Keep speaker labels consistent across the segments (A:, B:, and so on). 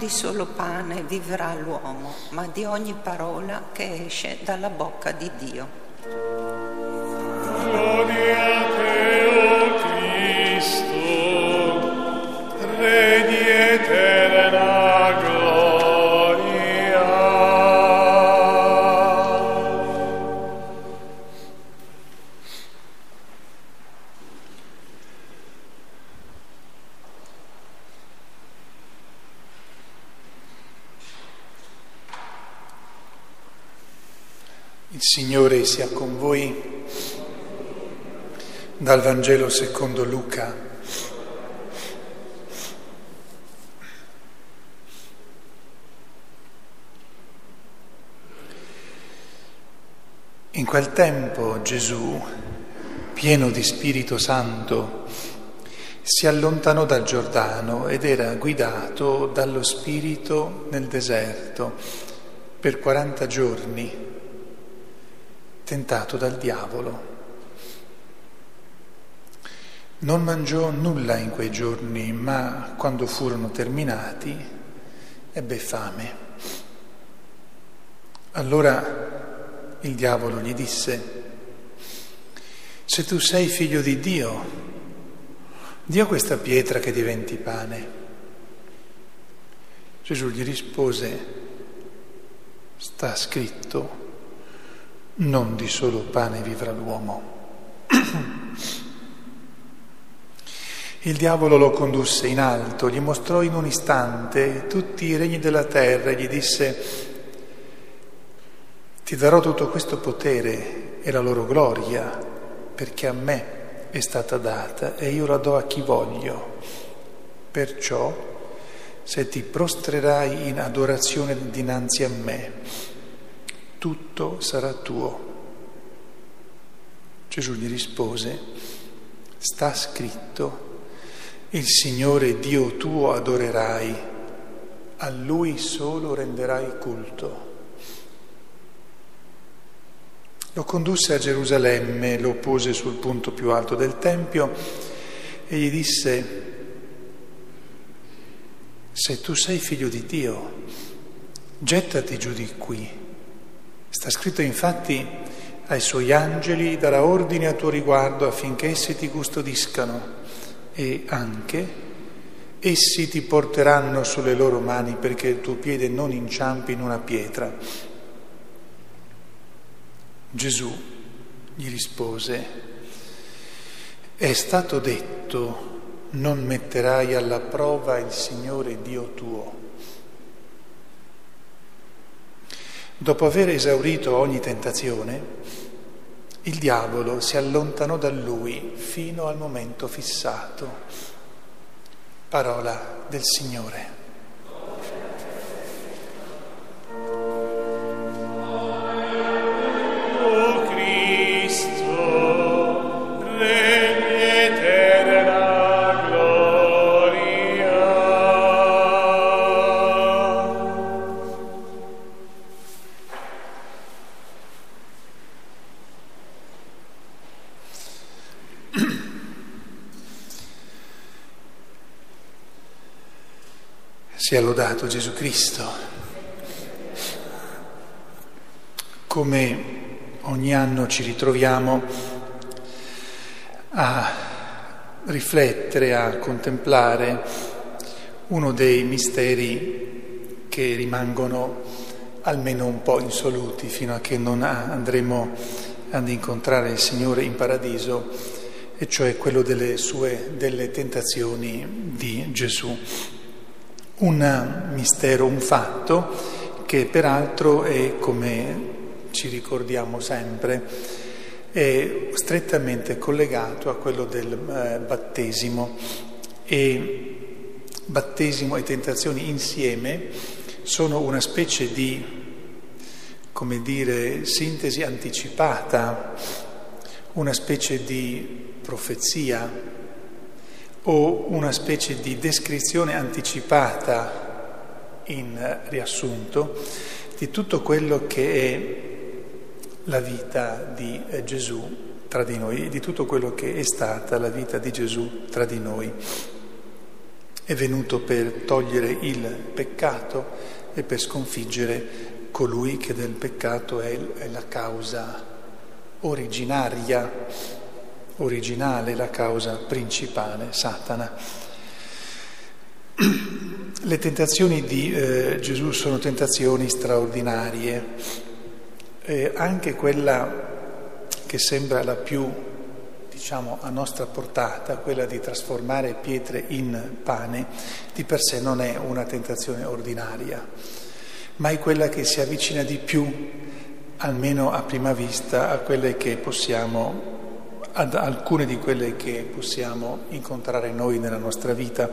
A: di solo pane vivrà l'uomo, ma di ogni parola che esce dalla bocca di Dio.
B: Gloria a te, o Cristo, Re di eterna gloria.
C: Il Signore sia con voi. Dal Vangelo secondo Luca. In quel tempo Gesù, pieno di Spirito Santo, si allontanò dal Giordano ed era guidato dallo Spirito nel deserto per 40 giorni, tentato dal diavolo. Non mangiò nulla in quei giorni, ma quando furono terminati ebbe fame. Allora il diavolo gli disse: se tu sei figlio di Dio, di a questa pietra che diventi pane. Gesù gli rispose: sta scritto, non di solo pane vivrà l'uomo. Il diavolo lo condusse in alto, gli mostrò in un istante tutti i regni della terra e gli disse: ti darò tutto questo potere e la loro gloria, perché a me è stata data e io la do a chi voglio. Perciò, se ti prostrerai in adorazione dinanzi a me, tutto sarà tuo. Gesù gli rispose: sta scritto, il Signore Dio tuo adorerai, a Lui solo renderai culto. Lo condusse a Gerusalemme, lo pose sul punto più alto del Tempio e gli disse: se tu sei figlio di Dio, gettati giù di qui. Sta scritto infatti: ai suoi angeli darà ordine a tuo riguardo affinché essi ti custodiscano, e anche essi ti porteranno sulle loro mani perché il tuo piede non inciampi in una pietra. Gesù gli rispose: è stato detto, non metterai alla prova il Signore Dio tuo. Dopo aver esaurito ogni tentazione, il diavolo si allontanò da lui fino al momento fissato. Parola del Signore.
B: O Cristo, Re di eterna gloria.
C: Sia lodato Gesù Cristo. Come ogni anno ci ritroviamo a riflettere, a contemplare uno dei misteri che rimangono almeno un po' insoluti fino a che non andremo ad incontrare il Signore in paradiso, e cioè quello delle tentazioni di Gesù. Un mistero, un fatto che peraltro è, come ci ricordiamo sempre, è strettamente collegato a quello del battesimo, e battesimo e tentazioni insieme sono una specie di, come dire, sintesi anticipata, una specie di profezia o una specie di descrizione anticipata, in riassunto, di tutto quello che è la vita di Gesù tra di noi, di tutto quello che è stata la vita di Gesù tra di noi. È venuto per togliere il peccato e per sconfiggere colui che del peccato è la causa originale, la causa principale, Satana. Le tentazioni di Gesù sono tentazioni straordinarie, anche quella che sembra la più, a nostra portata, quella di trasformare pietre in pane, di per sé non è una tentazione ordinaria, ma è quella che si avvicina di più, almeno a prima vista, ad alcune di quelle che possiamo incontrare noi nella nostra vita.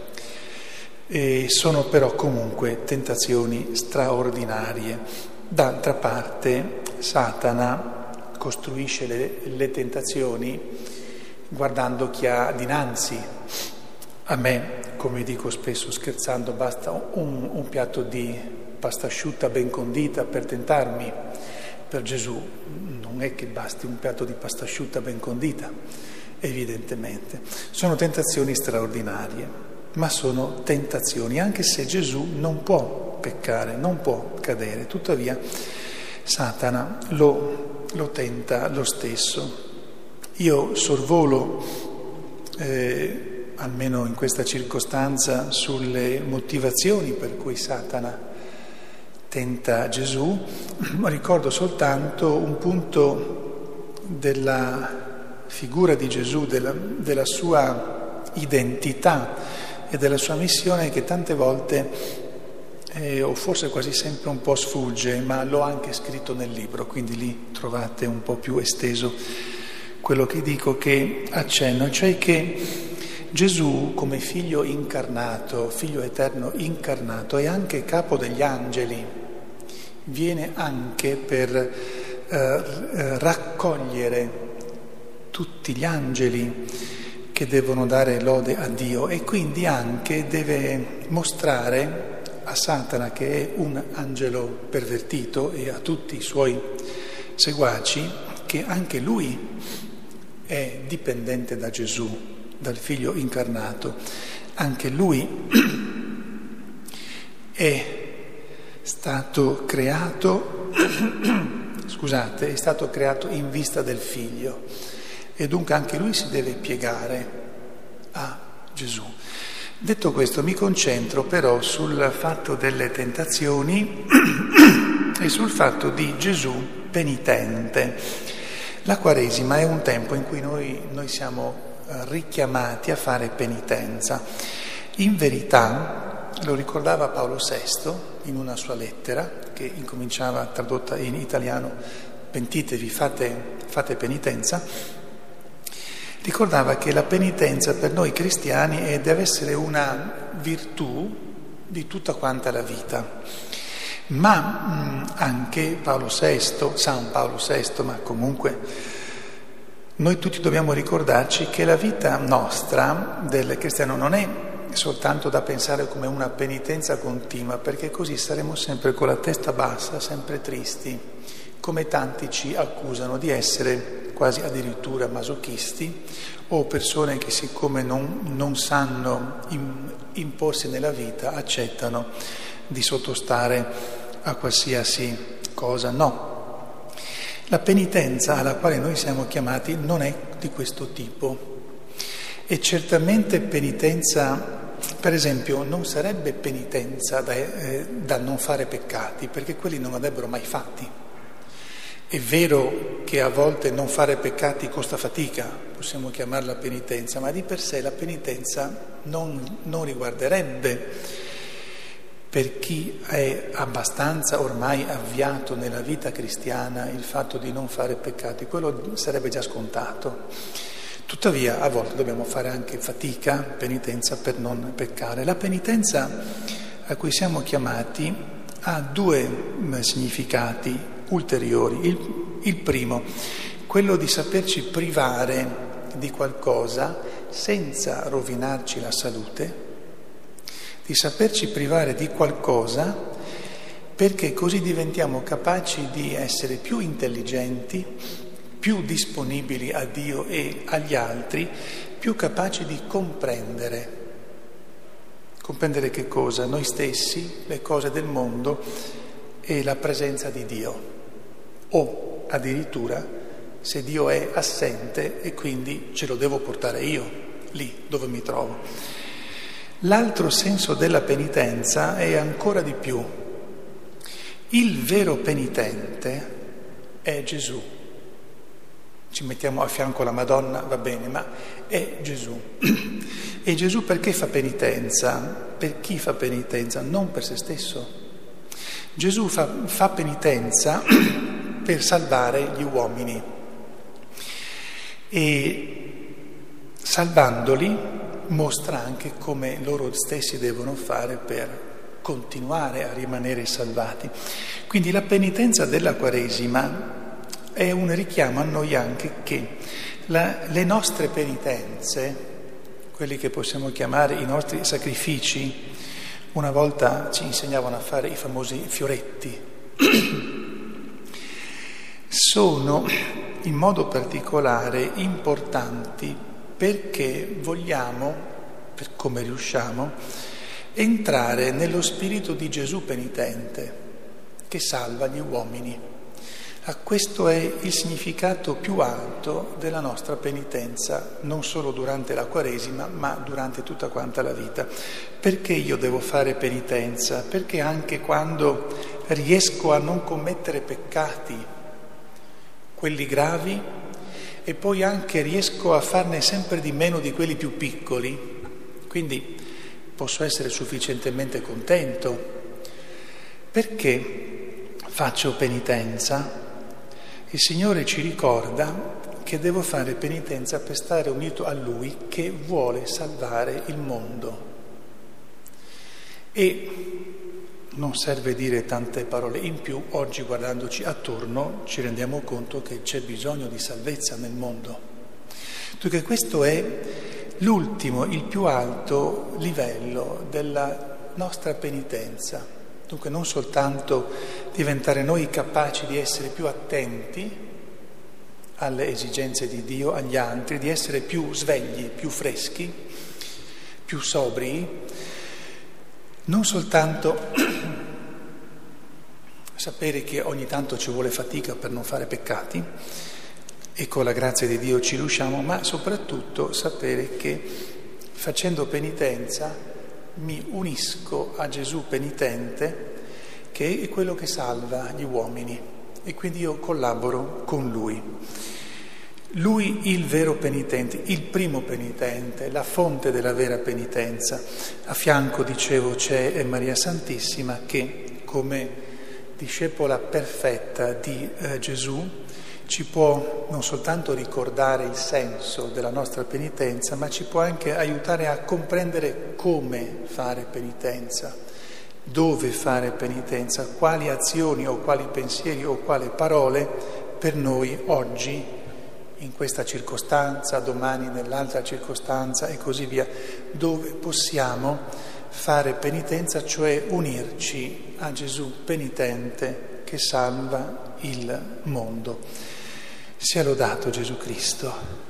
C: E sono però comunque tentazioni straordinarie. D'altra parte, Satana costruisce le tentazioni guardando chi ha dinanzi. A me, come dico spesso scherzando, basta un piatto di pasta asciutta ben condita per tentarmi. Per Gesù non è che basti un piatto di pasta asciutta ben condita, evidentemente. Sono tentazioni straordinarie, ma sono tentazioni, anche se Gesù non può peccare, non può cadere. Tuttavia Satana lo tenta lo stesso. Io sorvolo, almeno in questa circostanza, sulle motivazioni per cui Satana tenta Gesù, ma ricordo soltanto un punto della figura di Gesù, della sua identità e della sua missione, che tante volte o forse quasi sempre un po' sfugge, ma l'ho anche scritto nel libro, quindi lì trovate un po' più esteso quello che dico, che accenno, cioè che Gesù come figlio incarnato, figlio eterno incarnato, è anche capo degli angeli, viene anche per raccogliere tutti gli angeli che devono dare lode a Dio, e quindi anche deve mostrare a Satana, che è un angelo pervertito, e a tutti i suoi seguaci, che anche lui è dipendente da Gesù, dal figlio incarnato. Anche lui è stato creato, è stato creato in vista del figlio, e dunque anche lui si deve piegare a Gesù. Detto questo, mi concentro però sul fatto delle tentazioni e sul fatto di Gesù penitente. La Quaresima è un tempo in cui noi siamo richiamati a fare penitenza. In verità, lo ricordava Paolo VI in una sua lettera, che incominciava, tradotta in italiano, pentitevi, fate penitenza. Ricordava che la penitenza per noi cristiani deve essere una virtù di tutta quanta la vita, ma anche San Paolo VI, ma comunque noi tutti dobbiamo ricordarci che la vita nostra del cristiano non è soltanto da pensare come una penitenza continua, perché così saremo sempre con la testa bassa, sempre tristi, come tanti ci accusano di essere quasi addirittura masochisti, o persone che, siccome non sanno imporsi nella vita, accettano di sottostare a qualsiasi cosa. No, la penitenza alla quale noi siamo chiamati non è di questo tipo. E certamente penitenza, per esempio, non sarebbe penitenza da non fare peccati, perché quelli non andrebbero mai fatti. È vero che a volte non fare peccati costa fatica, possiamo chiamarla penitenza, ma di per sé la penitenza non riguarderebbe, per chi è abbastanza ormai avviato nella vita cristiana, il fatto di non fare peccati, quello sarebbe già scontato. Tuttavia a volte dobbiamo fare anche fatica, penitenza per non peccare. La penitenza a cui siamo chiamati ha due significati ulteriori. Il primo, quello di saperci privare di qualcosa senza rovinarci la salute, di saperci privare di qualcosa perché così diventiamo capaci di essere più intelligenti, più disponibili a Dio e agli altri, più capaci di comprendere. Comprendere che cosa? Noi stessi, le cose del mondo e la presenza di Dio. O addirittura se Dio è assente e quindi ce lo devo portare io, lì dove mi trovo. L'altro senso della penitenza è ancora di più. Il vero penitente è Gesù. Ci mettiamo a fianco la Madonna, va bene, ma è Gesù. E Gesù perché fa penitenza? Per chi fa penitenza? Non per se stesso. Gesù fa penitenza per salvare gli uomini e salvandoli mostra anche come loro stessi devono fare per continuare a rimanere salvati. Quindi la penitenza della Quaresima è un richiamo a noi anche che le nostre penitenze, quelli che possiamo chiamare i nostri sacrifici, una volta ci insegnavano a fare i famosi fioretti, sono in modo particolare importanti perché vogliamo, per come riusciamo, entrare nello spirito di Gesù penitente che salva gli uomini. Questo è il significato più alto della nostra penitenza, non solo durante la Quaresima, ma durante tutta quanta la vita. Perché io devo fare penitenza? Perché anche quando riesco a non commettere peccati, quelli gravi, e poi anche riesco a farne sempre di meno di quelli più piccoli, quindi posso essere sufficientemente contento. Perché faccio penitenza? Il Signore ci ricorda che devo fare penitenza per stare unito a Lui che vuole salvare il mondo. E non serve dire tante parole in più, oggi guardandoci attorno ci rendiamo conto che c'è bisogno di salvezza nel mondo. Perché questo è l'ultimo, il più alto livello della nostra penitenza. Dunque non soltanto diventare noi capaci di essere più attenti alle esigenze di Dio, agli altri, di essere più svegli, più freschi, più sobri, non soltanto sapere che ogni tanto ci vuole fatica per non fare peccati e con la grazia di Dio ci riusciamo, ma soprattutto sapere che facendo penitenza mi unisco a Gesù penitente, che è quello che salva gli uomini, e quindi io collaboro con Lui. Lui il vero penitente, il primo penitente, la fonte della vera penitenza. A fianco, dicevo, c'è Maria Santissima che, come discepola perfetta di Gesù, ci può non soltanto ricordare il senso della nostra penitenza, ma ci può anche aiutare a comprendere come fare penitenza, dove fare penitenza, quali azioni o quali pensieri o quali parole per noi oggi, in questa circostanza, domani nell'altra circostanza e così via, dove possiamo fare penitenza, cioè unirci a Gesù penitente che salva il mondo. Sia lodato Gesù Cristo.